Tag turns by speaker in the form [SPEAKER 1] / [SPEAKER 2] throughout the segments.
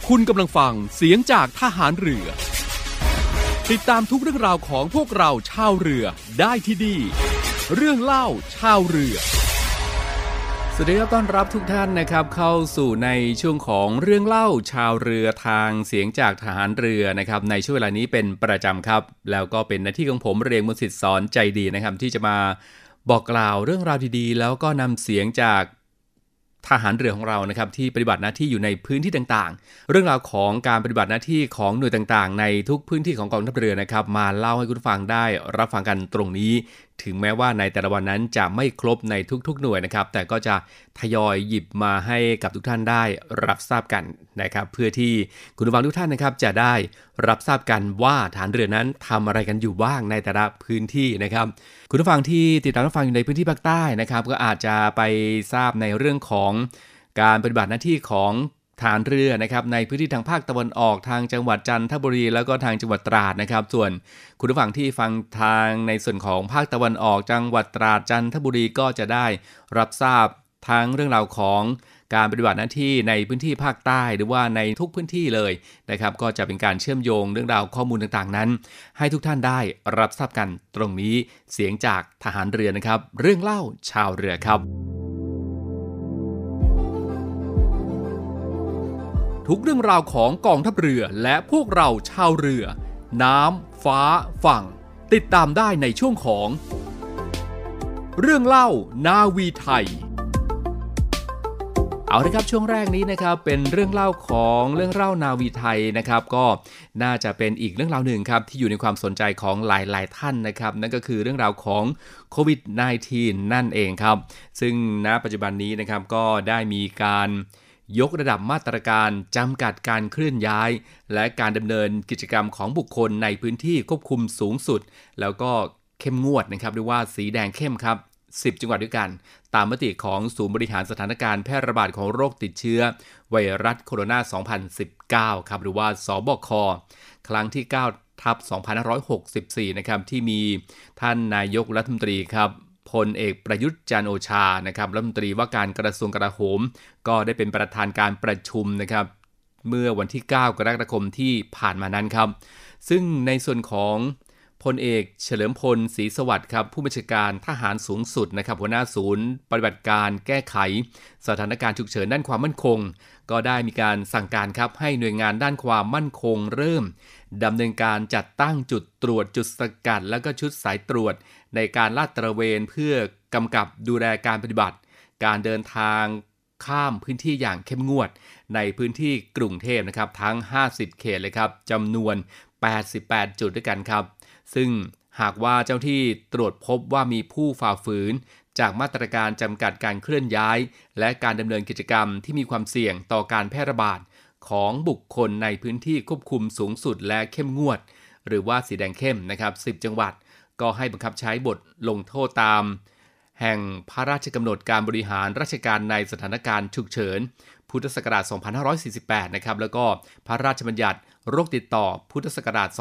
[SPEAKER 1] คุณกำลังฟังเสียงจากทหารเรือติดตามทุกเรื่องราวของพวกเราชาวเรือได้ที่นี่เรื่องเล่าชาวเรือสวัสดีครับต้อนรับทุกท่านนะครับเข้าสู่ในช่วงของเรื่องเล่าชาวเรือทางเสียงจากทหารเรือนะครับในช่วงเวลานี้เป็นประจำครับแล้วก็เป็นหน้าที่ของผมเรียงมนต์สิทธิ์สอนใจดีนะครับที่จะมาบอกกล่าวเรื่องราวดีๆแล้วก็นำเสียงจากทหารเรือของเรานะครับที่ปฏิบัติหน้าที่อยู่ในพื้นที่ต่างๆเรื่องราวของการปฏิบัติหน้าที่ของหน่วยต่างๆในทุกพื้นที่ของกองทัพเรือนะครับมาเล่าให้คุณฟังได้รับฟังกันตรงนี้ถึงแม้ว่าในแต่ละวันนั้นจะไม่ครบในทุกๆหน่วยนะครับแต่ก็จะทยอยหยิบมาให้กับทุกท่านได้รับทราบกันนะครับเพื่อที่คุณผู้ฟังทุกท่านนะครับจะได้รับทราบกันว่าฐานเรือนั้นทำอะไรกันอยู่บ้างในแต่ละพื้นที่นะครับคุณผู้ฟังที่ติดตามรับฟังอยู่ในพื้นที่ภาคใต้นะครับก็อาจจะไปทราบในเรื่องของการปฏิบัติหน้าที่ของฐานเรือนะครับในพื้นที่ทางภาคตะวันออกทางจังหวัดจันทบุรีแล้วก็ทางจังหวัดตราดนะครับส่วนคุณผู้ฟังที่ฟังทางในส่วนของภาคตะวันออกจังหวัดตราดจันทบุรีก็จะได้รับทราบทั้งเรื่องราวของการปฏิบัติหน้าที่ในพื้นที่ภาคใต้หรือว่าในทุกพื้นที่เลยนะครับก็จะเป็นการเชื่อมโยงเรื่องราวข้อมูลต่างๆนั้นให้ทุกท่านได้รับทราบกันตรงนี้เสียงจากทหารเรือนะครับเรื่องเล่าชาวเรือครับทุกเรื่องราวของกองทัพเรือและพวกเราชาวเรือน้ำฟ้าฝั่งติดตามได้ในช่วงของเรื่องเล่านาวีไทยเอาละครับช่วงแรกนี้นะครับเป็นเรื่องเล่าของเรื่องเล่านาวีไทยนะครับก็น่าจะเป็นอีกเรื่องราวหนึ่งครับที่อยู่ในความสนใจของหลายๆท่านนะครับนั่นก็คือเรื่องราวของโควิด -19 นั่นเองครับซึ่งณปัจจุบันนี้นะครับก็ได้มีการยกระดับมาตรการจำกัดการเคลื่อนย้ายและการดำเนินกิจกรรมของบุคคลในพื้นที่ควบคุมสูงสุดแล้วก็เข้มงวดนะครับเรียกว่าสีแดงเข้มครับ10 จังหวัดด้วยกันตามมติของศูนย์บริหารสถานการณ์แพร่ระบาดของโรคติดเชื้อไวรัสโคโรนา 2019 ครับหรือว่าสบคครั้งที่ 9/2564 นะครับที่มีท่านนายกรัฐมนตรีครับพลเอกประยุทธ์จันทร์โอชานะครับรัฐมนตรีว่าการกระทรวงกลาโหมก็ได้เป็นประธานการประชุมนะครับเมื่อวันที่ 9 กรกฎาคมที่ผ่านมานั้นครับซึ่งในส่วนของพลเอกเฉลิมพลศรีสวัสดิ์ครับผู้บัญชาการทหารสูงสุดนะครับหัวหน้าศูนย์ปฏิบัติการแก้ไขสถานการณ์ฉุกเฉินด้านความมั่นคงก็ได้มีการสั่งการครับให้หน่วยงานด้านความมั่นคงเริ่มดำเนินการจัดตั้งจุดตรวจจุดสกัดและก็ชุดสายตรวจในการลาดตระเวนเพื่อกำกับดูแลการปฏิบัติการเดินทางข้ามพื้นที่อย่างเข้มงวดในพื้นที่กรุงเทพนะครับทั้ง50เขตเลยครับจำนวน88จุดด้วยกันครับซึ่งหากว่าเจ้าที่ตรวจพบว่ามีผู้ฝ่าฝืนจากมาตรการจำกัดการเคลื่อนย้ายและการดำเนินกิจกรรมที่มีความเสี่ยงต่อการแพร่ระบาดของบุคคลในพื้นที่ควบคุมสูงสุดและเข้มงวดหรือว่าสีแดงเข้มนะครับ10 จังหวัดก็ให้บังคับใช้บทลงโทษตามแห่งพระราชกำหนดการบริหารราชการในสถานการณ์ฉุกเฉินพุทธศักราช 2548 นะครับแล้วก็พระราชบัญญัติโรคติดต่อพุทธศักราช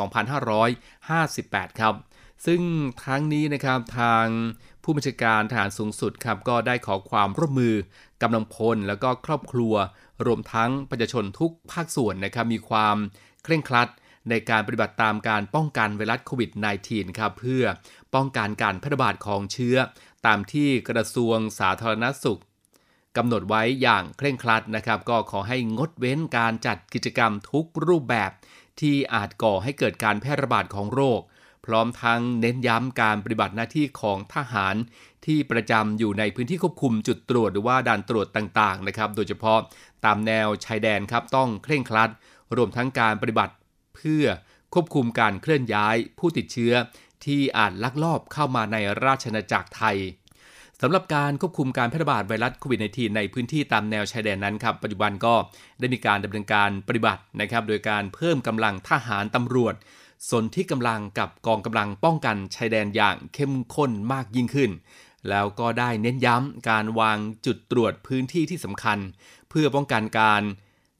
[SPEAKER 1] 2558 ครับซึ่งทั้งนี้นะครับทางผู้บัญชาการทหารสูงสุดครับก็ได้ขอความร่วมมือกำลังพลแล้วก็ครอบครัวรวมทั้งประชาชนทุกภาคส่วนนะครับมีความเคร่งครัดในการปฏิบัติตามการป้องกันไวรัสโควิด -19 ครับเพื่อป้องกันการแพร่ระบาดของเชื้อตามที่กระทรวงสาธารณสุขกำหนดไว้อย่างเคร่งครัดนะครับก็ขอให้งดเว้นการจัดกิจกรรมทุกรูปแบบที่อาจก่อให้เกิดการแพร่ระบาดของโรคพร้อมทั้งเน้นย้ำการปฏิบัติหน้าที่ของทหารที่ประจำอยู่ในพื้นที่ควบคุมจุดตรวจหรือว่าด่านตรวจต่างๆนะครับโดยเฉพาะตามแนวชายแดนครับต้องเคร่งครัดรวมทั้งการปฏิบัติเพื่อควบคุมการเคลื่อนย้ายผู้ติดเชื้อที่อาจลักลอบเข้ามาในราชอาณาจักรไทยสำหรับการควบคุมการแพร่ระบาดไวรัสโควิด -19 ในพื้นที่ตามแนวชายแดนนั้นครับปัจจุบันก็ได้มีการดำเนินการปฏิบัตินะครับโดยการเพิ่มกำลังทหารตำรวจส่วนที่กำลังกับกองกำลังป้องกันชายแดนอย่างเข้มข้นมากยิ่งขึ้นแล้วก็ได้เน้นย้ำการวางจุดตรวจพื้นที่ที่สำคัญเพื่อป้องกันการ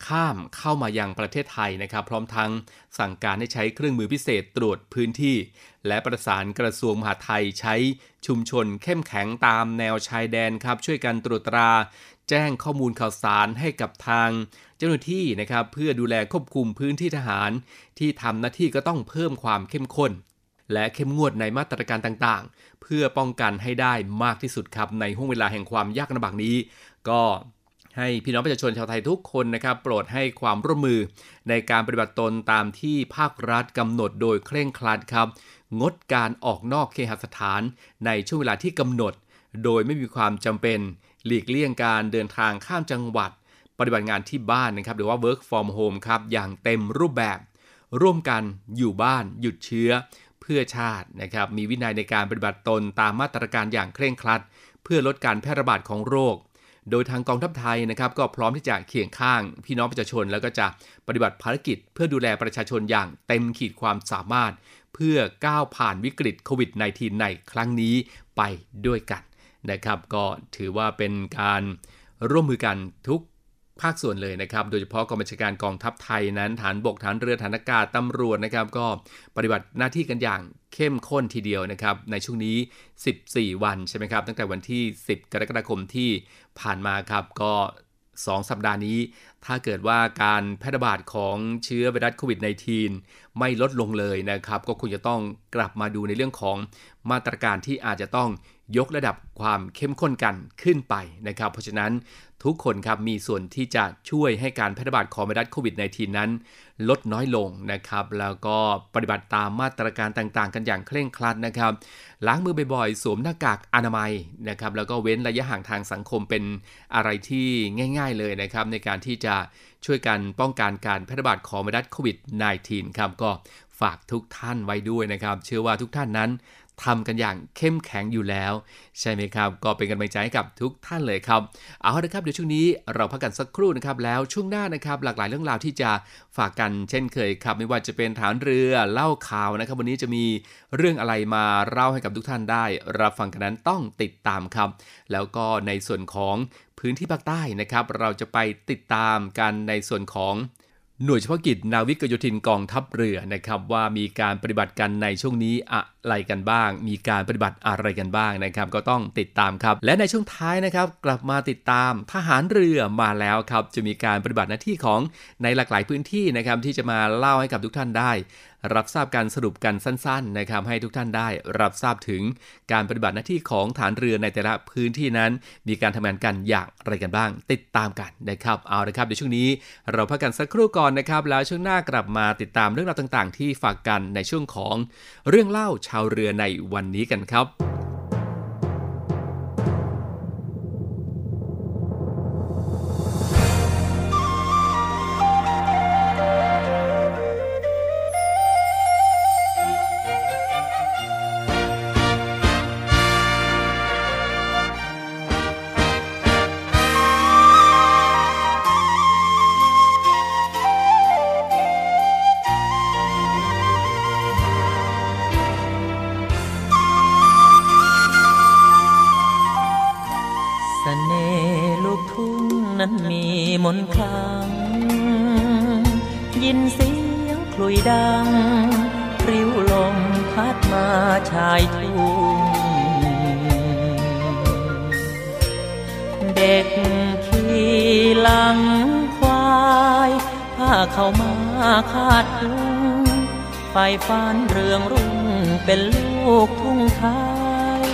[SPEAKER 1] ข้ามเข้ามายังประเทศไทยนะครับพร้อมทั้งสั่งการให้ใช้เครื่องมือพิเศษตรวจพื้นที่และประสานกระทรวงมหาดไทยใช้ชุมชนเข้มแข็งตามแนวชายแดนครับช่วยกันตรวจตราแจ้งข้อมูลข่าวสารให้กับทางเจ้าหน้าที่นะครับเพื่อดูแลควบคุมพื้นที่ทหารที่ทำหน้าที่ก็ต้องเพิ่มความเข้มข้นและเข้มงวดในมาตรการต่างๆเพื่อป้องกันให้ได้มากที่สุดครับในห่วงเวลาแห่งความยากลำบากนี้ก็ให้พี่น้องประชาชนชาวไทยทุกคนนะครับโปรดให้ความร่วมมือในการปฏิบัติตนตามที่ภาครัฐกำหนดโดยเคร่งครัดครับงดการออกนอกเคหสถานในช่วงเวลาที่กำหนดโดยไม่มีความจำเป็นหลีกเลี่ยงการเดินทางข้ามจังหวัดปฏิบัติงานที่บ้านนะครับหรือว่า work from home ครับอย่างเต็มรูปแบบร่วมกันอยู่บ้านหยุดเชื้อเพื่อชาตินะครับมีวินัยในการปฏิบัติตนตามมาตรการอย่างเคร่งครัดเพื่อลดการแพร่ระบาดของโรคโดยทางกองทัพไทยนะครับก็พร้อมที่จะเคียงข้างพี่น้องประชาชนแล้วก็จะปฏิบัติภารกิจเพื่อดูแลประชาชนอย่างเต็มขีดความสามารถเพื่อก้าวผ่านวิกฤตโควิด -19 ในครั้งนี้ไปด้วยกันนะครับก็ถือว่าเป็นการร่วมมือกันทุกภาคส่วนเลยนะครับโดยเฉพาะกองบัญชาการกองทัพไทยนั้นฐานบกฐานเรือฐานอากาศตำรวจนะครับก็ปฏิบัติหน้าที่กันอย่างเข้มข้นทีเดียวนะครับในช่วงนี้14วันใช่ไหมครับตั้งแต่วันที่10กรกฎาคมที่ผ่านมาครับก็2สัปดาห์นี้ถ้าเกิดว่าการแพร่ระบาดของเชื้อไวรัสโควิด -19 ไม่ลดลงเลยนะครับก็คงจะต้องกลับมาดูในเรื่องของมาตรการที่อาจจะต้องยกระดับความเข้มข้นกันขึ้นไปนะครับเพราะฉะนั้นทุกคนครับมีส่วนที่จะช่วยให้การแพร่ระบาดของไวรัสโควิด -19 นั้นลดน้อยลงนะครับแล้วก็ปฏิบัติตามมาตรการต่างๆกันอย่างเคร่งครัดนะครับล้างมือบ่อยๆสวมหน้ากากอนามัยนะครับแล้วก็เว้นระยะห่างทางสังคมเป็นอะไรที่ง่ายๆเลยนะครับในการที่จะช่วยกันป้องกันการแพร่ระบาดของไวรัสโควิด -19 ครับก็ฝากทุกท่านไว้ด้วยนะครับเชื่อว่าทุกท่านนั้นทำกันอย่างเข้มแข็งอยู่แล้วใช่ไหมครับก็เป็นกำลังใจให้กับทุกท่านเลยครับเอาละครับเดี๋ยวช่วงนี้เราพักกันสักครู่นะครับแล้วช่วงหน้านะครับหลากหลายเรื่องราวที่จะฝากกันเช่นเคยครับไม่ว่าจะเป็นฐานเรือเล่าข่าวนะครับวันนี้จะมีเรื่องอะไรมาเล่าให้กับทุกท่านได้รับฟังกันนั้นต้องติดตามครับแล้วก็ในส่วนของพื้นที่ภาคใต้นะครับเราจะไปติดตามกันในส่วนของหน่วยเฉพาะกิจนาวิกโยธินกองทัพเรือนะครับว่ามีการปฏิบัติกันในช่วงนี้อะไรกันบ้างมีการปฏิบัติอะไรกันบ้างนะครับก็ต้องติดตามครับและในช่วงท้ายนะครับกลับมาติดตามทหารเรือมาแล้วครับจะมีการปฏิบัติหน้าที่ของในหลากหลายพื้นที่นะครับที่จะมาเล่าให้กับทุกท่านได้รับทราบการสรุปกันสั้นๆนะครับให้ทุกท่านได้รับทราบถึงการปฏิบัติหน้าที่ของฐานเรือในแต่ละพื้นที่นั้นมีการทำงานกันอย่างไรกันบ้างติดตามกันนะครับเอาละครับเดี๋ยวช่วงนี้เราพักกันสักครู่ก่อนนะครับแล้วช่วงหน้ากลับมาติดตามเรื่องราวต่างๆที่ฝากกันในช่วงของเรื่องเล่าชาวเรือในวันนี้กันครับ
[SPEAKER 2] นั้นมีมนต์คลังยินเสียงคลุยดังปลิวลมพัดมาชายทุ่งเด็กขี่หลังควายพาเข้ามาคาดทุ่งไฟฟ้นเรืองรุ่งเป็นลูกทุ่งไทย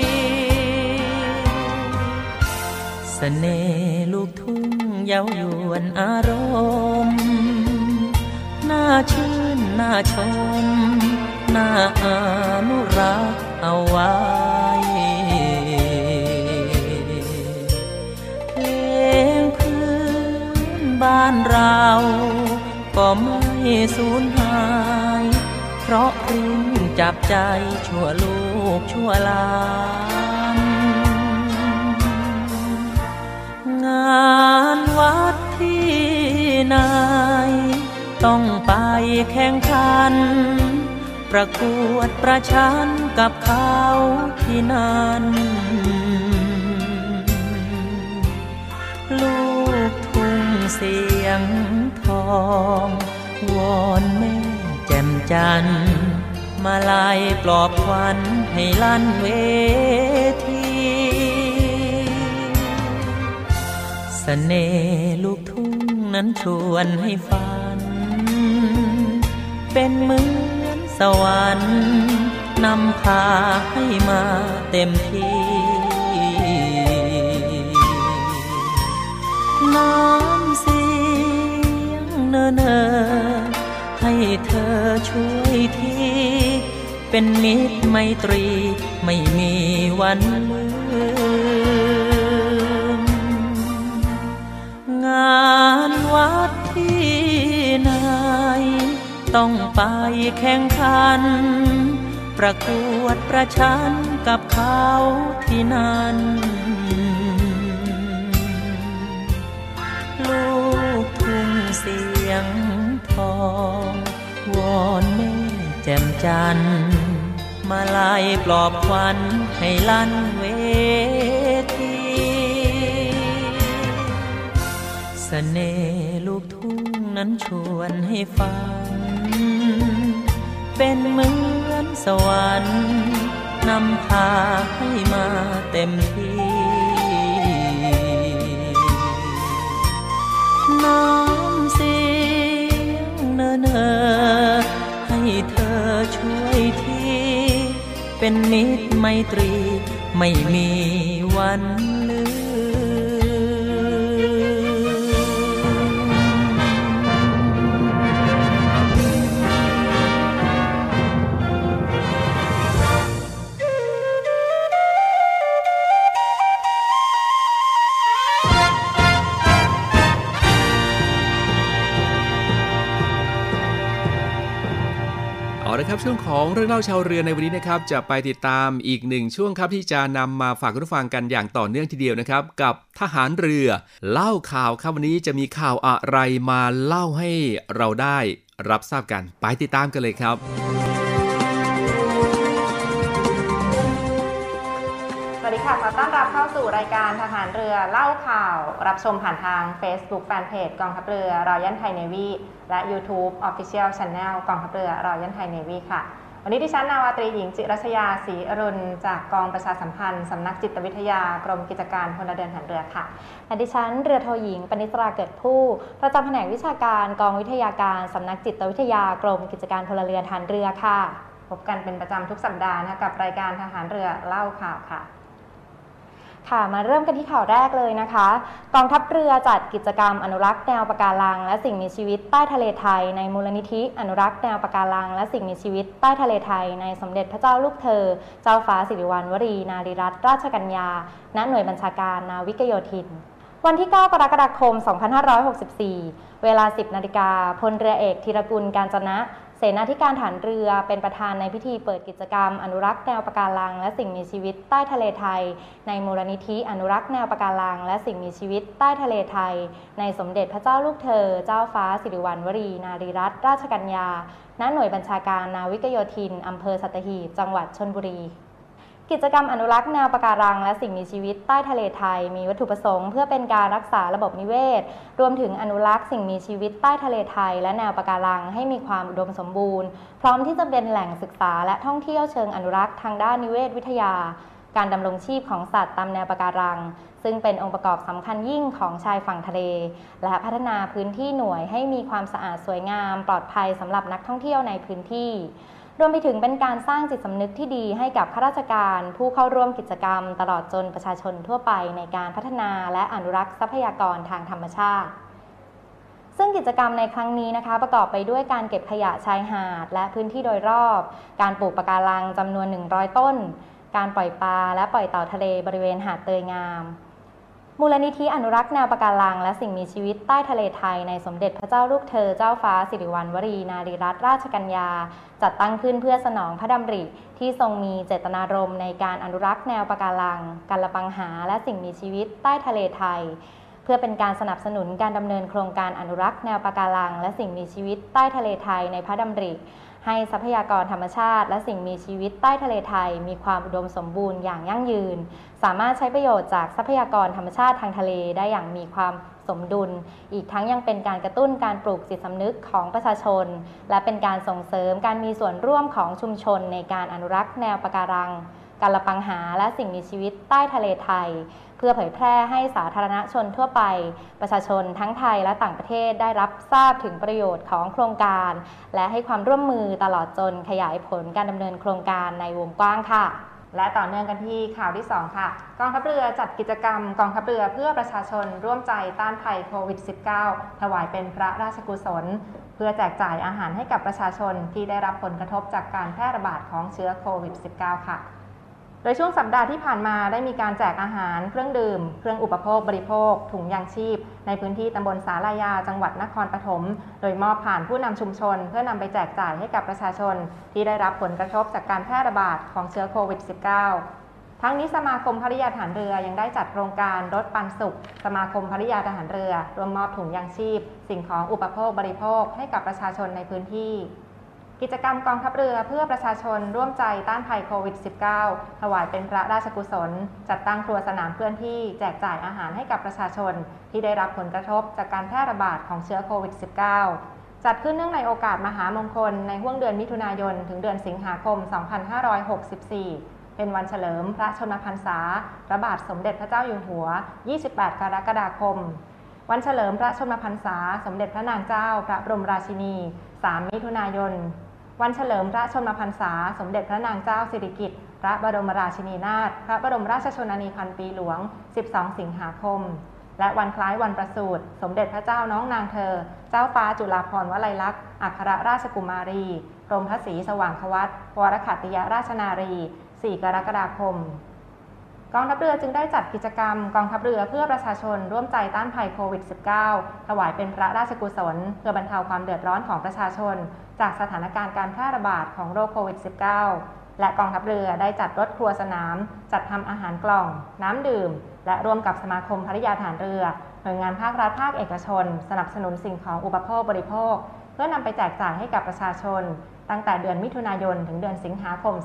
[SPEAKER 2] เสน่ห์ลูกทุ่งเย้ายวนอารมณ์น่าชื่นน่าชมน่าอนุรักษ์เอาไว้เพลงพื้นบ้านเราก็ไม่สูญหายเพราะริ้งจับใจชั่วลูกชั่วหลานงานวัดที่ไหนต้องไปแข่งขันประกวดประชันกับเขาที่นั่นลูกทุ่งเสียงทองวอนแม่แจ่มจันทร์มาลายปลอบขวัญให้ลั่นเวทีเสน่ห์ลูกทุ่งนั้นชวนให้ฝันเป็นเหมือนสวรรค์นำพาให้มาเต็มที่น้ำเสียงเนอให้เธอช่วยทีเป็นมิตรไมตรีไม่มีวันลืมงานวัดที่ไหนต้องไปแข่งขันประกวดประชันกับเขาที่นั่นลูกทุ่งเสียงทองวอนแม่แจ่มจันทร์มาลายปลอบขวัญให้ลั่นเวทีเสน่ห์ลูกทุ่งนั้นชวนให้ฟังเป็นเหมือนสวรรค์นำพาให้มาเต็มที่น้ำเสียงเนอให้เธอช่วยทีเป็นมิตรไมตรีไม่มีวันลืม
[SPEAKER 1] เอาละครับช่วงของเรื่องเล่าชาวเรือในวันนี้นะครับจะไปติดตามอีกหนึ่งช่วงครับที่จะนำมาฝากคุณผู้ฟังกันอย่างต่อเนื่องทีเดียวนะครับกับทหารเรือเล่าข่าวครับวันนี้จะมีข่าวอะไรมาเล่าให้เราได้รับทราบกันไปติดตามกันเลยครับ
[SPEAKER 3] สวัสดีค่ะขอต้อนรับเข้าสู่รายการทหารเรือเล่าข่าวรับชมผ่านทาง Facebook Fanpage กองทัพเรือรอยัลไทยเนวีและ YouTube Official Channel กองทัพเรือรอยัลไทยเนวีค่ะวันนี้ดิฉันนาวาตรีหญิงจิรัชยาศรีอรุณจากกองประชาสัมพันธ์สำนักจิตวิทยากรมกิจการพลเรือนทหารเรือค่ะ
[SPEAKER 4] และดิฉันเรือโทหญิงปณิสราเกิดผู้ประจำแผนกวิชาการกองวิทยาการสำนักจิตวิทยากรมกิจการพลเรือนทหารเรือค่ะ
[SPEAKER 3] พบกันเป็นประจำทุกสัปดาห์นะกับรายการทหารเรือเล่าข่าวค่ะ
[SPEAKER 4] ค่ะมาเริ่มกันที่ข่าวแรกเลยนะคะกองทัพเรือจัดกิจกรรมอนุรักษ์แนวปะการังและสิ่งมีชีวิตใต้ทะเลไทยในมูลนิธิอนุรักษ์แนวปะการังและสิ่งมีชีวิตใต้ทะเลไทยในสมเด็จพระเจ้าลูกเธอเจ้าฟ้าสิริวัณวรีนารีรัตนราชกัญญาณหน่วยบัญชาการนาวิกโยธินวันที่ 9 กรกฎาคม 2564 เวลา 10 นาฬิกาพลเรือเอกธีรกุลกาญจนะเสนาธิการฐานเรือเป็นประธานในพิธีเปิดกิจกรรมอนุรักษ์แนวปะการังและสิ่งมีชีวิตใต้ทะเลไทยในมูลนิธิอนุรักษ์แนวปะการังและสิ่งมีชีวิตใต้ทะเลไทยในสมเด็จพระเจ้าลูกเธอเจ้าฟ้าสิริวัณวรีนารีรัตนราชกัญญาณหน่วยบัญชาการนาวิกโยธินอำเภอสัตหีบจังหวัดชลบุรีกิจกรรมอนุรักษ์แนวปะการังและสิ่งมีชีวิตใต้ทะเลไทยมีวัตถุประสงค์เพื่อเป็นการรักษาระบบนิเวศรวมถึงอนุรักษ์สิ่งมีชีวิตใต้ทะเลไทยและแนวปะการังให้มีความอุดมสมบูรณ์พร้อมที่จะเป็นแหล่งศึกษาและท่องเที่ยวเชิงอนุรักษ์ทางด้านนิเวศวิทยาการดำรงชีพของสัตว์ตามแนวปะการังซึ่งเป็นองค์ประกอบสำคัญยิ่งของชายฝั่งทะเลและพัฒนาพื้นที่หน่วยให้มีความสะอาดสวยงามปลอดภัยสำหรับนักท่องเที่ยวในพื้นที่รวมไปถึงเป็นการสร้างจิตสำนึกที่ดีให้กับข้าราชการผู้เข้าร่วมกิจกรรมตลอดจนประชาชนทั่วไปในการพัฒนาและอนุรักษ์ทรัพยากรทางธรรมชาติซึ่งกิจกรรมในครั้งนี้นะคะประกอบไปด้วยการเก็บขยะชายหาดและพื้นที่โดยรอบการปลูกปะการังจำนวน100ต้นการปล่อยปลาและปล่อยเต่าทะเลบริเวณหาดเตยงามมูลนิธิอนุรักษ์แนวปะการังและสิ่งมีชีวิตใต้ทะเลไทยในสมเด็จพระเจ้าลูกเธอเจ้าฟ้าสิริวัณวรีนารีรัตนราชกัญญาจัดตั้งขึ้นเพื่อสนองพระดำริที่ทรงมีเจตนารมณ์ในการอนุรักษ์แนวปะการังการละปังหาและสิ่งมีชีวิตใต้ทะเลไทยเพื่อเป็นการสนับสนุนการดำเนินโครงการอนุรักษ์แนวปะการังและสิ่งมีชีวิตใต้ทะเลไทยในพระดำริให้ทรัพยากรธรรมชาติและสิ่งมีชีวิตใต้ทะเลไทยมีความอุดมสมบูรณ์อย่างยั่งยืนสามารถใช้ประโยชน์จากทรัพยากรธรรมชาติทางทะเลได้อย่างมีความสมดุลอีกทั้งยังเป็นการกระตุ้นการปลูกจิตสำนึกของประชาชนและเป็นการส่งเสริมการมีส่วนร่วมของชุมชนในการอนุรักษ์แนวปะการังกัลปังหาและสิ่งมีชีวิตใต้ทะเลไทยเพื่อเผยแพร่ให้สาธารณชนทั่วไปประชาชนทั้งไทยและต่างประเทศได้รับทราบถึงประโยชน์ของโครงการและให้ความร่วมมือตลอดจนขยายผลการดำเนินโครงการในวงกว้างค่ะ
[SPEAKER 3] และต่อเนื่องกันที่ข่าวที่2ค่ะกองทัพเรือจัดกิจกรรมกองทัพเรือเพื่อประชาชนร่วมใจต้านภัยโควิด -19 ถวายเป็นพระราชกุศลเพื่อแจกจ่ายอาหารให้กับประชาชนที่ได้รับผลกระทบจากการแพร่ระบาดของเชื้อโควิด -19 ค่ะโดยช่วงสัปดาห์ที่ผ่านมาได้มีการแจกอาหารเครื่องดื่มเครื่องอุปโภคบริโภคถุงยางชีพในพื้นที่ตำบลสาลายาจังหวัดนครปฐมโดยมอบผ่านผู้นำชุมชนเพื่อนำไปแจกจ่ายให้กับประชาชนที่ได้รับผลกระทบจากการแพร่ระบาดของเชื้อโควิด -19 ทั้งนี้สมาคมภริยาทหารเรือยังได้จัดโครงการรถปันสุขสมาคมภริยาทหารเรือรวมมอบถุงยางชีพสิ่งของอุปโภคบริโภคให้กับประชาชนในพื้นที่กิจกรรมกองทัพเรือเพื่อประชาชนร่วมใจต้านภัยโควิด -19 ถวายเป็นพระราชกุศลจัดตั้งครัวสนามเคลื่อนที่แจกจ่ายอาหารให้กับประชาชนที่ได้รับผลกระทบจากการแพร่ระบาดของเชื้อโควิด -19 จัดขึ้นเนื่องในโอกาสมหามงคลในห้วงเดือนมิถุนายนถึงเดือนสิงหาคม 2564 เป็นวันเฉลิมพระชนมพรรษาพระบาทสมเด็จพระเจ้าอยู่หัว 28 กรกฎาคมวันเฉลิมพระชนมพรรษาสมเด็จพระนางเจ้าพระบรมราชินี 3 มิถุนายนวันเฉลิมพระชนมพรรษาสมเด็จพระนางเจ้าสิริกิติ์พระบรมราชินีนาถพระบรมราชชนนีพันปีหลวง 12 สิงหาคมและวันคล้ายวันประสูติสมเด็จพระเจ้าน้องนางเธอเจ้าฟ้าจุฬาภรณ์วลัยลักษณ์อัครราชกุมารีกรมพระศรีสว่างควัตรวรขัตติยราชนารี 4 กรกฎาคมกองทัพเรือจึงได้จัดกิจกรรมกองทัพเรือเพื่อประชาชนร่วมใจต้านภัยโควิด -19 ถวายเป็นพระราชกุศลเพื่อบรรเทาความเดือดร้อนของประชาชนจากสถานการณ์การแพร่ระบาดของโรคโควิด -19 และกองทัพเรือได้จัดรถครัวสนามจัดทำอาหารกล่องน้ำดื่มและร่วมกับสมาคมภริยาทหารเรือหน่วยงานภาครัฐภาคเอกชนสนับสนุนสิ่งของอุปโภคบริโภคเพื่อนำไปแจกจ่ายให้กับประชาชนตั้งแต่เดือนมิถุนายนถึงเดือนสิงหาคม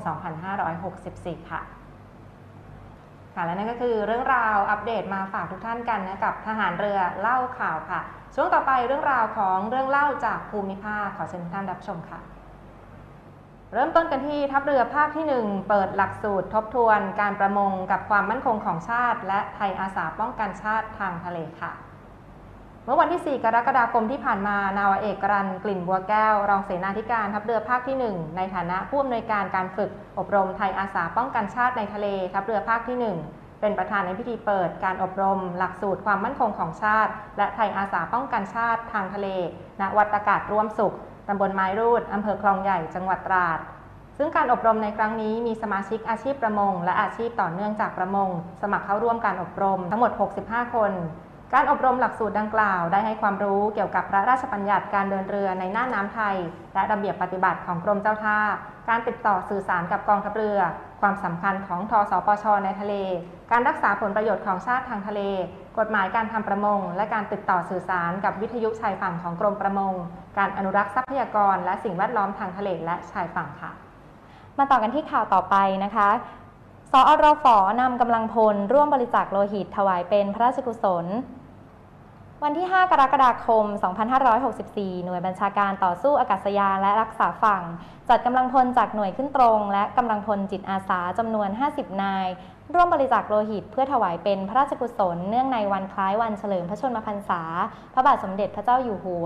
[SPEAKER 3] 2564 ค่ะและนั่นก็คือเรื่องราวอัปเดตมาฝากทุกท่านกันนะกับทหารเรือเล่าข่าวค่ะช่วงต่อไปเรื่องราวของเรื่องเล่าจากภูมิภาคขอเชิญทุกท่านรับชมค่ะเริ่มต้นกันที่ทัพเรือภาคที่ 1เปิดหลักสูตรทบทวนการประมงกับความมั่นคงของชาติและไทยอาสาป้องกันชาติทางทะเลค่ะเมื่อวันที่ 4 กรกฎาคมที่ผ่านมานาวาเอกกรันกลิ่นบัวแก้วรองเสนาธิการทัพเรือภาคที่ 1ในฐานะผู้อำนวยการการฝึกอบรมไทยอาสาป้องกันชาติในทะเลทัพเรือภาคที่ 1เป็นประธานในพิธีเปิดการอบรมหลักสูตรความมั่นคงของชาติและไทยอาสาป้องกันชาติทางทะเลณวัดอากาศร่วมสุขตำบลไม้รูดอำเภอคลองใหญ่จังหวัดตราดซึ่งการอบรมในครั้งนี้มีสมาชิกอาชีพประมงและอาชีพต่อเนื่องจากประมงสมัครเข้าร่วมการอบรมทั้งหมด65คนการอบรมหลักสูตรดังกล่าวได้ให้ความรู้เกี่ยวกับพระราชบัญญัติการเดินเรือในน่านน้ำไทยและระเบียบปฏิบัติของกรมเจ้าท่าการติดต่อสื่อสารกับกองทัพเรือความสำคัญของทสปช.ในทะเลการรักษาผลประโยชน์ของชาติทางทะเลกฎหมายการทำประมงและการติดต่อสื่อสารกับวิทยุชายฝั่งของกรมประมงการอนุรักษ์ทรัพยากรและสิ่งแวดล้อมทางทะเลและชายฝั่งค่ะ
[SPEAKER 4] มาต่อกันที่ข่าวต่อไปนะคะสอรฝ.นำกำลังพลร่วมบริจาคโลหิตถวายเป็นพระราชกุศลวันที่ 5 กรกฎาคม 2564 หน่วยบัญชาการต่อสู้อากาศยานและรักษาฝั่งจัดกำลังพลจากหน่วยขึ้นตรงและกำลังพลจิตอาสาจำนวน 50 นายร่วมบริจาคโลหิตเพื่อถวายเป็นพระราชกุศลเนื่องในวันคล้ายวันเฉลิมพระชนมพรรษาพระบาทสมเด็จพระเจ้าอยู่หัว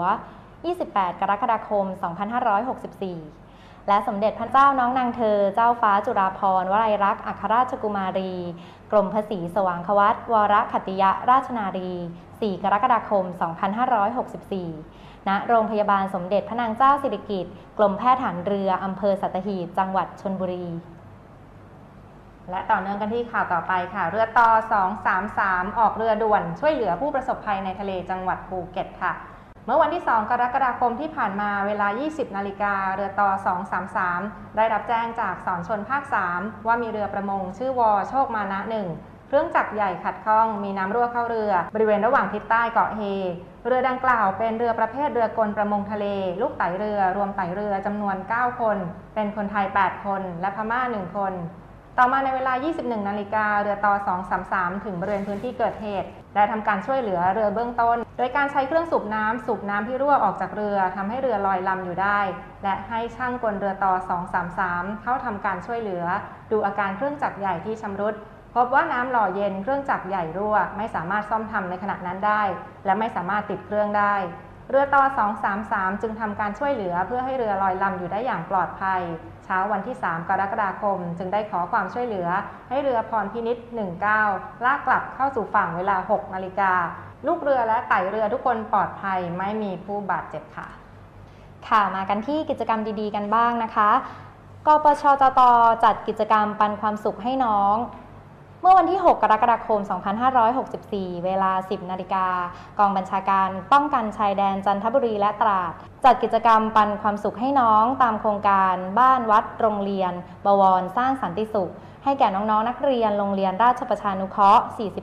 [SPEAKER 4] 28 กรกฎาคม 2564 และสมเด็จพระเจ้าน้องนางเธอเจ้าฟ้าจุฬาภรณ์วลัยลักษณ์อัครราชกุมารีกรมพระศรีสว่างควัตรวรขัตติยราชนารี 4 กรกฎาคม 2564 ณ โรงพยาบาลสมเด็จพระนางเจ้าสิริกิติ์กรมแพทย์ทหารเรืออำเภอสัตหีบจังหวัดชลบุรี
[SPEAKER 3] และต่อเนื่องกันที่ข่าวต่อไปค่ะเรือต่อ233ออกเรือด่วนช่วยเหลือผู้ประสบภัยในทะเลจังหวัดภูเก็ตค่ะเมื่อวันที่ 2 กรกฎาคมที่ผ่านมาเวลา 20 นาฬิกาเรือต่อ233ได้รับแจ้งจากสอนชนภาค 3ว่ามีเรือประมงชื่อวอโชคมานะ 1เครื่องจักรใหญ่ขัดข้องมีน้ำรั่วเข้าเรือบริเวณระหว่างทิศใต้เกาะเฮเรือดังกล่าวเป็นเรือประเภทเรือกลประมงทะเลลูกไต่เรือรวมไต่เรือจำนวน9คนเป็นคนไทย8คนและพม่า1คนต่อมาในเวลา 21 นาฬิกาเรือต่อ 233 ถึงบริเวณพื้นที่เกิดเหตุได้ทำการช่วยเหลือเรือเบื้องต้นโดยการใช้เครื่องสูบน้ำที่รั่วออกจากเรือทำให้เรือลอยลำอยู่ได้และให้ช่างกลเรือต่อ 233 เข้าทำการช่วยเหลือดูอาการเครื่องจักรใหญ่ที่ชำรุดพบว่าน้ำหล่อเย็นเครื่องจักรใหญ่รั่วไม่สามารถซ่อมทำในขณะนั้นได้และไม่สามารถติดเครื่องได้เรือต่อ 233 จึงทำการช่วยเหลือเพื่อให้เรือลอยลำอยู่ได้อย่างปลอดภัยเช้าวันที่ 3 กรกฎาคมจึงได้ขอความช่วยเหลือให้เรือพรพินิจ 19 ลากกลับเข้าสู่ฝั่งเวลา 6 นาฬิกาลูกเรือและไต่เรือทุกคนปลอดภัยไม่มีผู้บาดเจ็บค่ะ
[SPEAKER 4] ค่ะมากันที่กิจกรรมดีๆกันบ้างนะคะกปชจต.จัดกิจกรรมปันความสุขให้น้องเมื่อวันที่ 6 กรกฎาคม 2564 เวลา 10 นาฬิกากองบัญชาการป้องกันชายแดนจันทบุรีและตราดจัดกิจกรรมปันความสุขให้น้องตามโครงการบ้านวัดโรงเรียนบวรสร้างสันติสุขให้แก่น้องๆนักเรียนโรงเรียนราชประชานุเคราะห์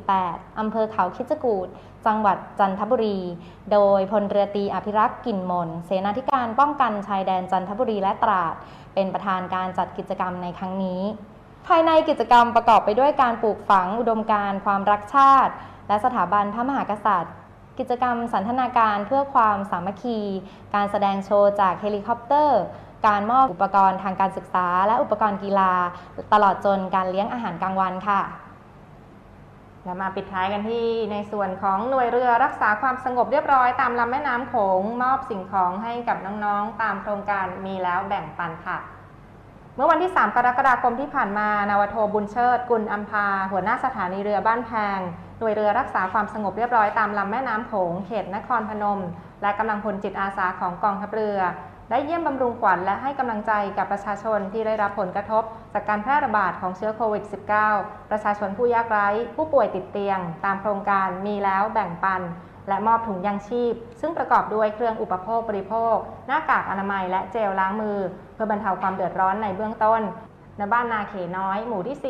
[SPEAKER 4] 48 อำเภอเขาคิดจกูฏจังหวัดจันทบุรีโดยพลเรือตรีอภิรักษ์กลิ่นมนเสนาธิการป้องกันชายแดนจันทบุรีและตราดเป็นประธานการจัดกิจกรรมในครั้งนี้ภายในกิจกรรมประกอบไปด้วยการปลูกฝังอุดมการณ์ความรักชาติและสถาบันพระมหากษัตริย์กิจกรรมสันทนาการเพื่อความสามัคคีการแสดงโชว์จากเฮลิคอปเตอร์การมอบอุปกรณ์ทางการศึกษาและอุปกรณ์กีฬาตลอดจนการเลี้ยงอาหารกลางวันค่ะ
[SPEAKER 3] และมาปิดท้ายกันที่ในส่วนของหน่วยเรือรักษาความสงบเรียบร้อยตามลำแม่น้ำโขงมอบสิ่งของให้กับน้องๆตามโครงการมีแล้วแบ่งปันค่ะเมื่อวันที่ 3 กรกฎาคมที่ผ่านมานาวโทบุญเชิดกุลอัมพาหัวหน้าสถานีเรือบ้านแพงหน่วยเรือรักษาความสงบเรียบร้อยตามลำแม่น้ำโขงเขตนครพนมและกำลังพลจิตอาสาของกองทัพเรือได้เยี่ยมบำรุงขวัญและให้กำลังใจกับประชาชนที่ได้รับผลกระทบจากการแพร่ระบาดของเชื้อโควิด -19 ประชาชนผู้ยากไร้ผู้ป่วยติดเตียงตามโครงการมีแล้วแบ่งปันและมอบถุงยางชีพซึ่งประกอบด้วยเครื่องอุปโภคบริโภคหน้ากากอนามัยและเจลล้างมือเพื่อบรรเทาความเดือดร้อนในเบื้องต้นณบ้านนาเขน้อยหมู่ที่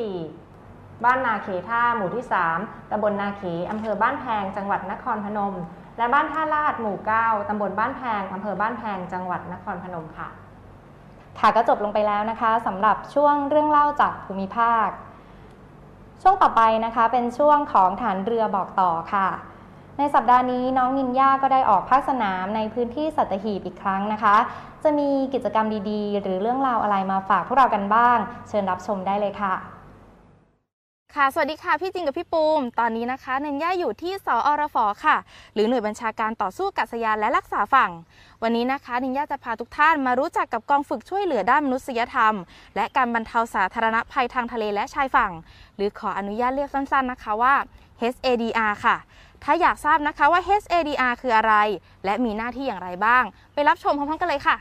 [SPEAKER 3] 4 บ้านนาเขท่าหมู่ที่ 3 ตำบลนาเขอำเภอบ้านแพงจังหวัดนครพนมและบ้านท่าลาดหมู่ 9 ตำบลบ้านแพงอำเภอบ้านแพงจังหวัดนครพนมค่ะ
[SPEAKER 4] ก็จบลงไปแล้วนะคะสำหรับช่วงเรื่องเล่าจากภูมิภาคช่วงต่อไปนะคะเป็นช่วงของฐานเรือบอกต่อค่ะในสัปดาห์นี้น้องนินย่าก็ได้ออกภาคสนามในพื้นที่สัตหีบอีกครั้งนะคะจะมีกิจกรรมดีๆหรือเรื่องราวอะไรมาฝากพวกเรากันบ้างเชิญรับชมได้เลยค่ะ
[SPEAKER 5] สวัสดีค่ะพี่จิงกับพี่ปูมตอนนี้นะคะนินย่าอยู่ที่สอรฟค่ะหรือหน่วยบัญชาการต่อสู้อากาศยานและรักษาฝั่งวันนี้นะคะนินย่าจะพาทุกท่านมารู้จักกับกองฝึกช่วยเหลือด้านมนุษยธรรมและการบรรเทาสาธารณภัยทางทะเลและชายฝั่งหรือขออนุญาตเรียกสั้นๆนะคะว่า HADR ค่ะถ้าอยากทราบนะคะว่า HADR คืออะไรและมีหน้าที่อย่างไรบ้างไปรับชมพร้อมๆกันเลยค่ะ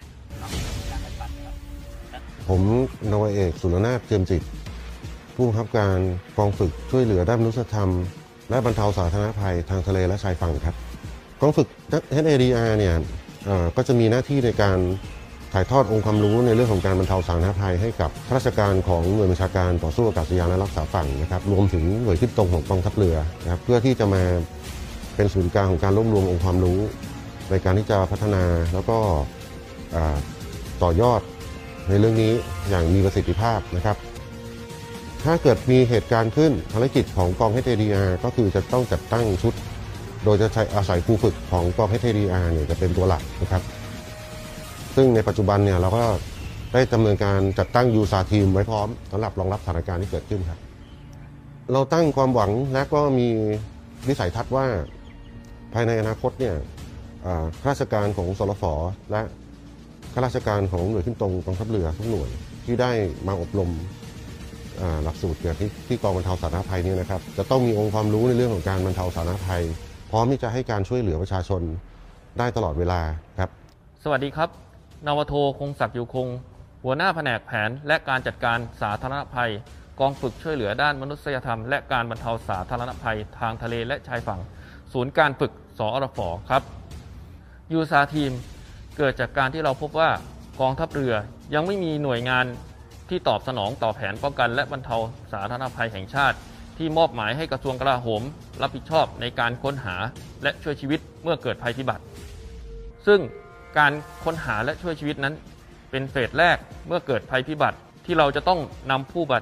[SPEAKER 6] ผมนาวาเอกสุรนาถเจียมจิตผู้บังคับการกองฝึกช่วยเหลือด้านมนุษยธรรมและบรรเทาสาธารณภัยทางทะเลและชายฝั่งครับกองฝึก HADR เนี่ยก็จะมีหน้าที่ในการถ่ายทอดองค์ความรู้ในเรื่องของการบรรเทาสาธารณภัยให้กับข้าราชการของหน่วยบัญชาการต่อสู้อากาศยานและรักษาฝั่งนะครับรวมถึงหน่วยขึ้นตรงของกองทัพเรือนะครับเพื่อที่จะมาเป็นศูนย์กลางของการรวบรวมองค์ความรู้ในการที่จะพัฒนาแล้วก็ต่อยอดในเรื่องนี้อย่างมีประสิทธิภาพนะครับถ้าเกิดมีเหตุการณ์ขึ้นภารกิจของกอง HADR ก็คือจะต้องจัดตั้งชุดโดยจะใช้อาศัยครูฝึกของกอง HADR เนี่ยจะเป็นตัวหลักนะครับซึ่งในปัจจุบันเนี่ยเราก็ได้ดำเนินการจัดตั้งUSARทีมไว้พร้อมสำหรับรองรับสถานการณ์ที่เกิดขึ้นครับเราตั้งความหวังและก็มีวิสัยทัศน์ว่าภายในอนาคตเนี่ยข้าราชการของสรฟ.และข้าราชการของหน่วยขึ้นตรงกองทัพเรือทุกหน่วยที่ได้มาอบรมหลักสูตรเกี่ยวกับที่กองบรรเทาสาธารณภัยนี้นะครับจะต้องมีองค์ความรู้ในเรื่องของการบรรเทาสาธารณภัยพร้อมที่จะให้การช่วยเหลือประชาชนได้ตลอดเวลาครับ
[SPEAKER 7] สวัสดีครับนาวโทคงศักดิ์อยู่คงหัวหน้าแผนกแผนและการจัดการสาธารณภัยกองฝึกช่วยเหลือด้านมนุษยธรรมและการบรรเทาสาธารณภัยทางทะเลและชายฝั่งศูนย์การฝึกสอรฟ.ครับUSARทีมเกิดจากการที่เราพบว่ากองทัพเรือยังไม่มีหน่วยงานที่ตอบสนองต่อแผนป้องกันและบรรเทาสาธารณภัยแห่งชาติที่มอบหมายให้กระทรวงกลาโหมรับผิดชอบในการค้นหาและช่วยชีวิตเมื่อเกิดภัยพิบัติซึ่งการค้นหาและช่วยชีวิตนั้นเป็นเฟสแรกเมื่อเกิดภัยพิบัติที่เราจะต้องนำผู้บาดเจ็บ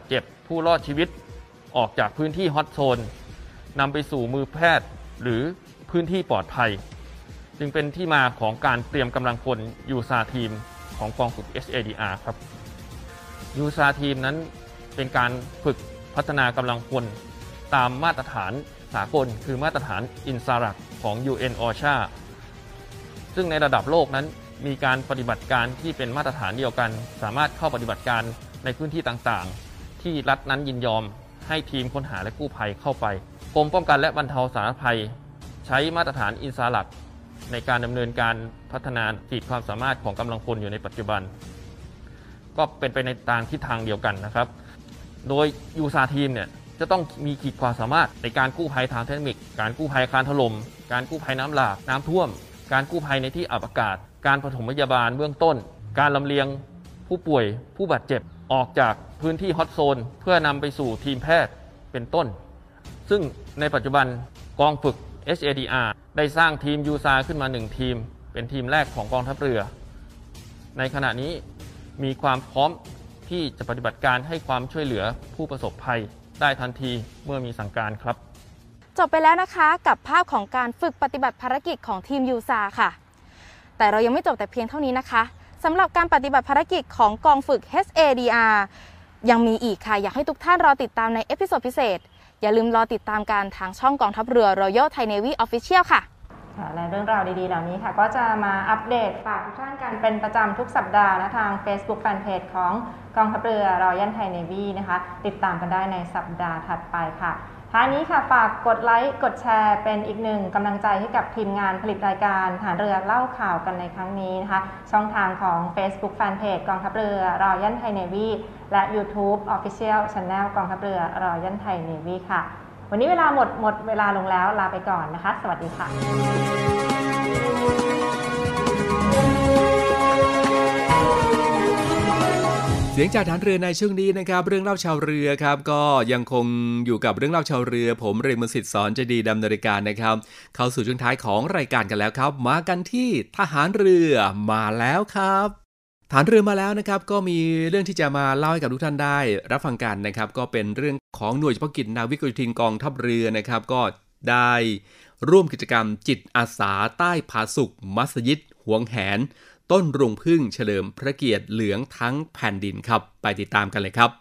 [SPEAKER 7] ผู้รอดชีวิตออกจากพื้นที่ฮอตโซนนำไปสู่มือแพทย์หรือพื้นที่ปลอดภัยจึงเป็นที่มาของการเตรียมกำลังพลยูซาทีมของกองฝึก HADR ครับยูซาทีมนั้นเป็นการฝึกพัฒนากำลังพลตามมาตรฐานสากลคือมาตรฐานอินซารักของ UN OSHA ซึ่งในระดับโลกนั้นมีการปฏิบัติการที่เป็นมาตรฐานเดียวกันสามารถเข้าปฏิบัติการในพื้นที่ต่างๆที่รัฐนั้นยินยอมให้ทีมค้นหาและกู้ภัยเข้าไปกรมป้องกันและบรรเทาสาธารณภัยใช้มาตรฐานอินซารักในการดำเนินการพัฒนาขีดความสามารถของกำลังพลอยู่ในปัจจุบันก็เป็นไปในทางทิศทางเดียวกันนะครับโดยยูซาทีมเนี่ยจะต้องมีขีดความสามารถในการกู้ภัยทางเทคนิคการกู้ภัยอาคารถล่มการกู้ภัยน้ำหลากน้ำท่วมการกู้ภัยในที่อับอากาศการปฐมพยาบาลเบื้องต้นการลำเลียงผู้ป่วยผู้บาดเจ็บออกจากพื้นที่ฮอตโซนเพื่อนำไปสู่ทีมแพทย์เป็นต้นซึ่งในปัจจุบันกองฝึก HADR ได้สร้างทีมยูซาขึ้นมา1ทีมเป็นทีมแรกของกองทัพเรือในขณะนี้มีความพร้อมที่จะปฏิบัติการให้ความช่วยเหลือผู้ประสบภัยได้ทันทีเมื่อมีสั่งการครับ
[SPEAKER 5] จบไปแล้วนะคะกับภาพของการฝึกปฏิบัติภารกิจของทีมยูซาค่ะแต่เรายังไม่จบแต่เพียงเท่านี้นะคะสำหรับการปฏิบัติภารกิจของกองฝึก HADR ยังมีอีกค่ะอยากให้ทุกท่านรอติดตามในเอพิโซดพิเศษอย่าลืมรอติดตามการทางช่องกองทัพเรือ Royal Thai Navy Official ค่ะ
[SPEAKER 3] และเรื่องราวดีๆเหล่านี้ค่ะก็จะมาอัปเดตฝากทุกท่านกันเป็นประจำทุกสัปดาห์นะทาง Facebook Fanpage ของกองทัพเรือ Royal Thai Navy นะคะติดตามกันได้ในสัปดาห์ถัดไปค่ะท้ายนี้ค่ะฝากกดไลค์กดแชร์เป็นอีกหนึ่งกำลังใจให้กับทีมงานผลิตรายการทหารเรือเล่าข่าวกันในครั้งนี้นะคะช่องทางของ Facebook Fanpage กองทัพเรือ Royal Thai Navy และ YouTube Official Channel กองทัพเรือ Royal Thai Navy ค่ะวันนี้เวลาหมดเวลาลงแล้วลาไปก่อนนะคะสวัสดีค่ะ
[SPEAKER 1] เสียงจากฐานเรือในช่วงนี้นะครับเรื่องเล่าชาวเรือครับก็ยังคงอยู่กับเรื่องเล่าชาวเรือผมเรมสิทธิ์สอนเจดีดำเนินรายการนะครับเข้าสู่ช่วงท้ายของรายการกันแล้วครับมากันที่ทหารเรือมาแล้วครับทหารเรือมาแล้วนะครับก็มีเรื่องที่จะมาเล่าให้กับทุกท่านได้รับฟังกันนะครับก็เป็นเรื่องของหน่วยเฉพาะกิจนาวิกโยธินกองทัพเรือนะครับก็ได้ร่วมกิจกรรมจิตอาสาใต้ผาสุกมัสยิดหวงแหนต้นรวงผึ้งเฉลิมพระเกียรติเหลืองทั้งแผ่นดินครับไปติดตามกันเลยครับ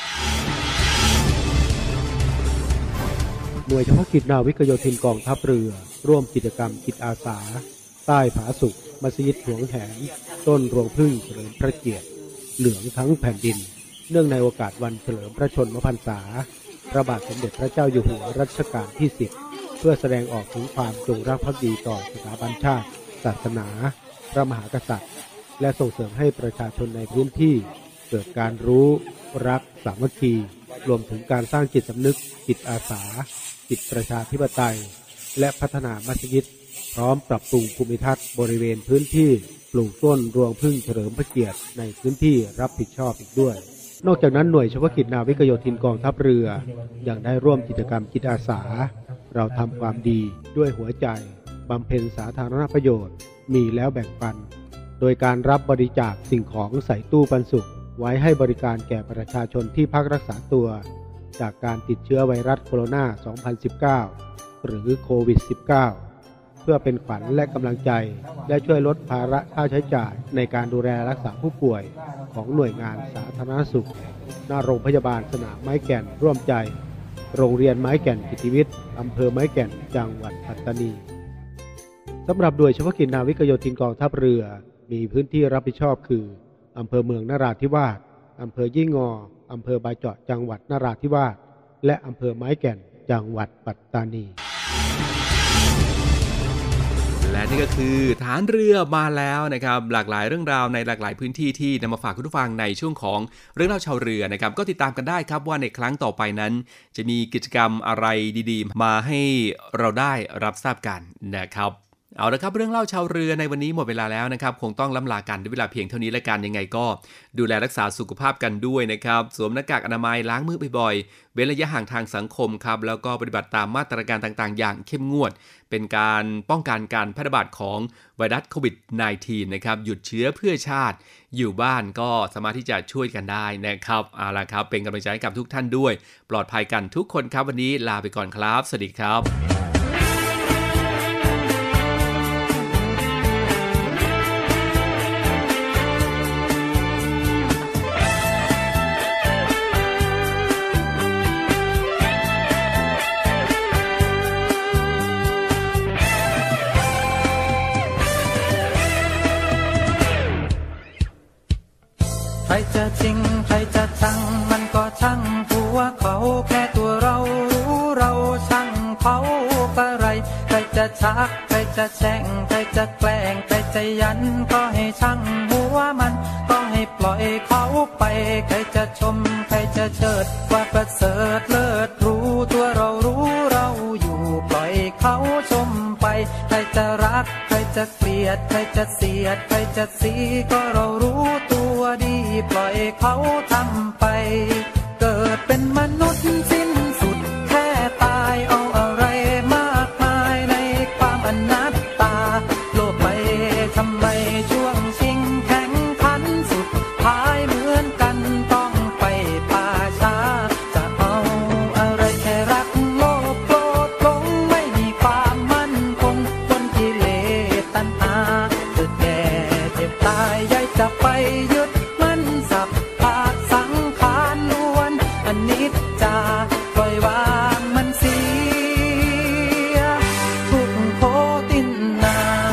[SPEAKER 8] หน่วยเฉพาะกิจนาวิกโยธินกองทัพเรือร่วมกิจกรรมจิตอาสาใต้ผาสุกมัสยิดหวงแหนต้นรวงผึ้งเฉลิมพระเกียรติเหลืองทั้งแผ่นดินเนื่องในโอกาสวันเฉลิมพระชนมพรรษาพระบาทสมเด็จพระเจ้าอยู่หัวรัชกาลที่10เพื่อแสดงออกถึงความจงรักภักดีต่อสถาบันชาติศาสนาพระมหากษัตริย์และส่งเสริมให้ประชาชนในพื้นที่เกิดการรู้รักสามัคคีรวมถึงการสร้างจิตสำนึกจิตอาสาจิตประชาธิปไตยและพัฒนามัสยิดพร้อมปรับปรุงภูมิทัศน์บริเวณพื้นที่ปลูกต้นรวงผึ้งเฉลิมพระเกียรติในพื้นที่รับผิดชอบอีกด้วยนอกจากนั้นหน่วยเฉพาะกิจนาวิกโยธินกองทัพเรือยังได้ร่วมกิจกรรมจิตอาสาเราทำความดีด้วยหัวใจบำเพ็ญสาธารณประโยชน์มีแล้วแบ่งปันโดยการรับบริจาคสิ่งของใส่ตู้ปันสุขไว้ให้บริการแก่ประชาชนที่พักรักษาตัวจากการติดเชื้อไวรัสโคโรนา 2019 หรือโควิด -19 เพื่อเป็นขวัญและกำลังใจและช่วยลดภาระค่าใช้จ่ายในการดูแลรักษาผู้ป่วยของหน่วยงานสาธารณสุขหน้าโรงพยาบาลสนามไม้แก่นร่วมใจโรงเรียนไม้แก่นกิติวิทย์อำเภอไม้แก่นจังหวัดปัตตานีสำหรับหน่วยเฉพาะกิจนาวิกโยธินกองทัพเรือมีพื้นที่รับผิดชอบคืออำเภอเมืองนราธิวาสอำเภอยี่งออำเภอบาเจาะจังหวัดนราธิวาสและอำเภอไม้แก่นจังหวัดปัตตานี
[SPEAKER 1] และนี่ก็คือฐานเรือมาแล้วนะครับหลากหลายเรื่องราวในหลากหลายพื้นที่ที่นำมาฝากคุณผู้ฟังในช่วงของเรื่องเล่าชาวเรือนะครับก็ติดตามกันได้ครับว่าในครั้งต่อไปนั้นจะมีกิจกรรมอะไรดีๆมาให้เราได้รับทราบกันนะครับเอาละครับเรื่องเล่าชาวเรือในวันนี้หมดเวลาแล้วนะครับคงต้องล้ำลากันด้วยเวลาเพียงเท่านี้และกันยังไงก็ดูแลรักษาสุขภาพกันด้วยนะครับสวมหน้ากากอนามัยล้างมือบ่อยๆเว้นระยะห่างทางสังคมครับแล้วก็ปฏิบัติตามมาตรการต่างๆอย่างเข้มงวดเป็นการป้องกันการแพร่ระบาดของไวรัสโควิด -19 นะครับหยุดเชื้อเพื่อชาติอยู่บ้านก็สามารถที่จะช่วยกันได้นะครับเอาล่ะครับเป็นกำลังใจให้กับทุกท่านด้วยปลอดภัยกันทุกคนครับวันนี้ลาไปก่อนครับสวัสดีครับ
[SPEAKER 9] ใครจะจริงใครจะชังมันก็ช่างผัวเขาแค่ตัวเรารู้เราช่างเขาอะไรใครจะชักใครจะแช่งใครจะแกล้งใครจะยันก็ให้ช่างหัวมันก็ให้ปล่อยเขาไปใครจะชมใครจะเชิดว่าประเสริฐเลิศรู้ตัวเรารู้เราอยู่ปล่อยเขาชมไปใครจะรักใครจะเกลียดใครจะเสียดใครจะสีก็เรารู้ตัวดีปล่อยเขาทำไปเกิดเป็นมนุษย์สิ้นสุดแค่ตายเอาอะไรมากมายในความอนัตตาโลกไปทำไมช่วงชิงแข่งขันสุดท้ายเหมือนกันต้องไปป่าช้าจะเอาอะไรแค่รักโลภโกรธหลงไม่มีความมั่นคงบนกิเลสตัณหาเกิดแก่เจ็บตายย้ายจะไปยึดมันสับขาดสังขารล้วนอนิจจาปล่อยวางมันเสียทุกโคตินนา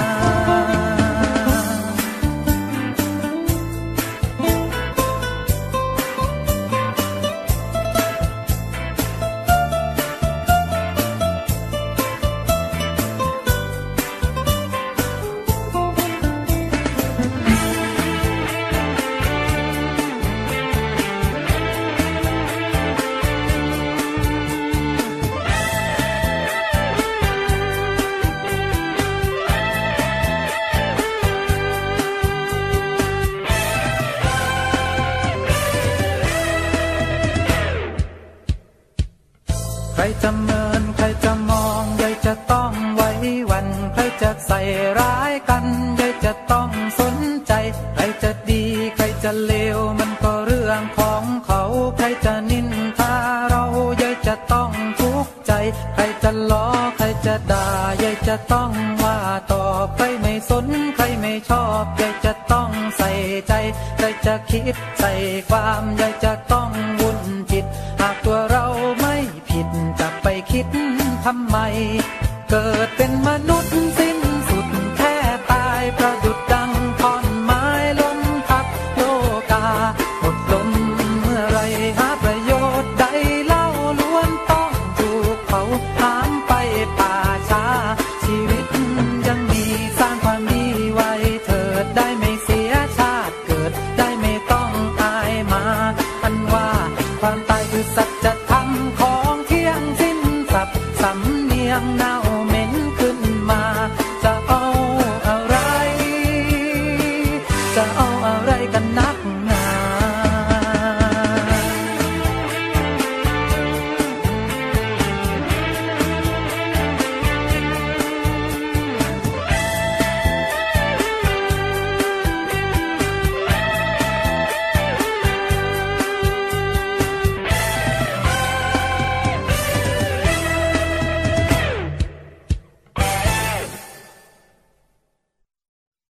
[SPEAKER 9] ใครจะเมินใครจะมองใยจะต้องไว้วันใครจะใส่ร้ายกันใยจะต้องสนใจใครจะดีใครจะเลวมันก็เรื่องของเขาใครจะนินทาเราใยจะต้องทุกข์ใจใครจะล้อใครจะด่าใยจะต้องว่าตอบใครไม่สนใครไม่ชอบใยจะต้องใส่ใจใครจะคิดใส่ความใยจะต้อง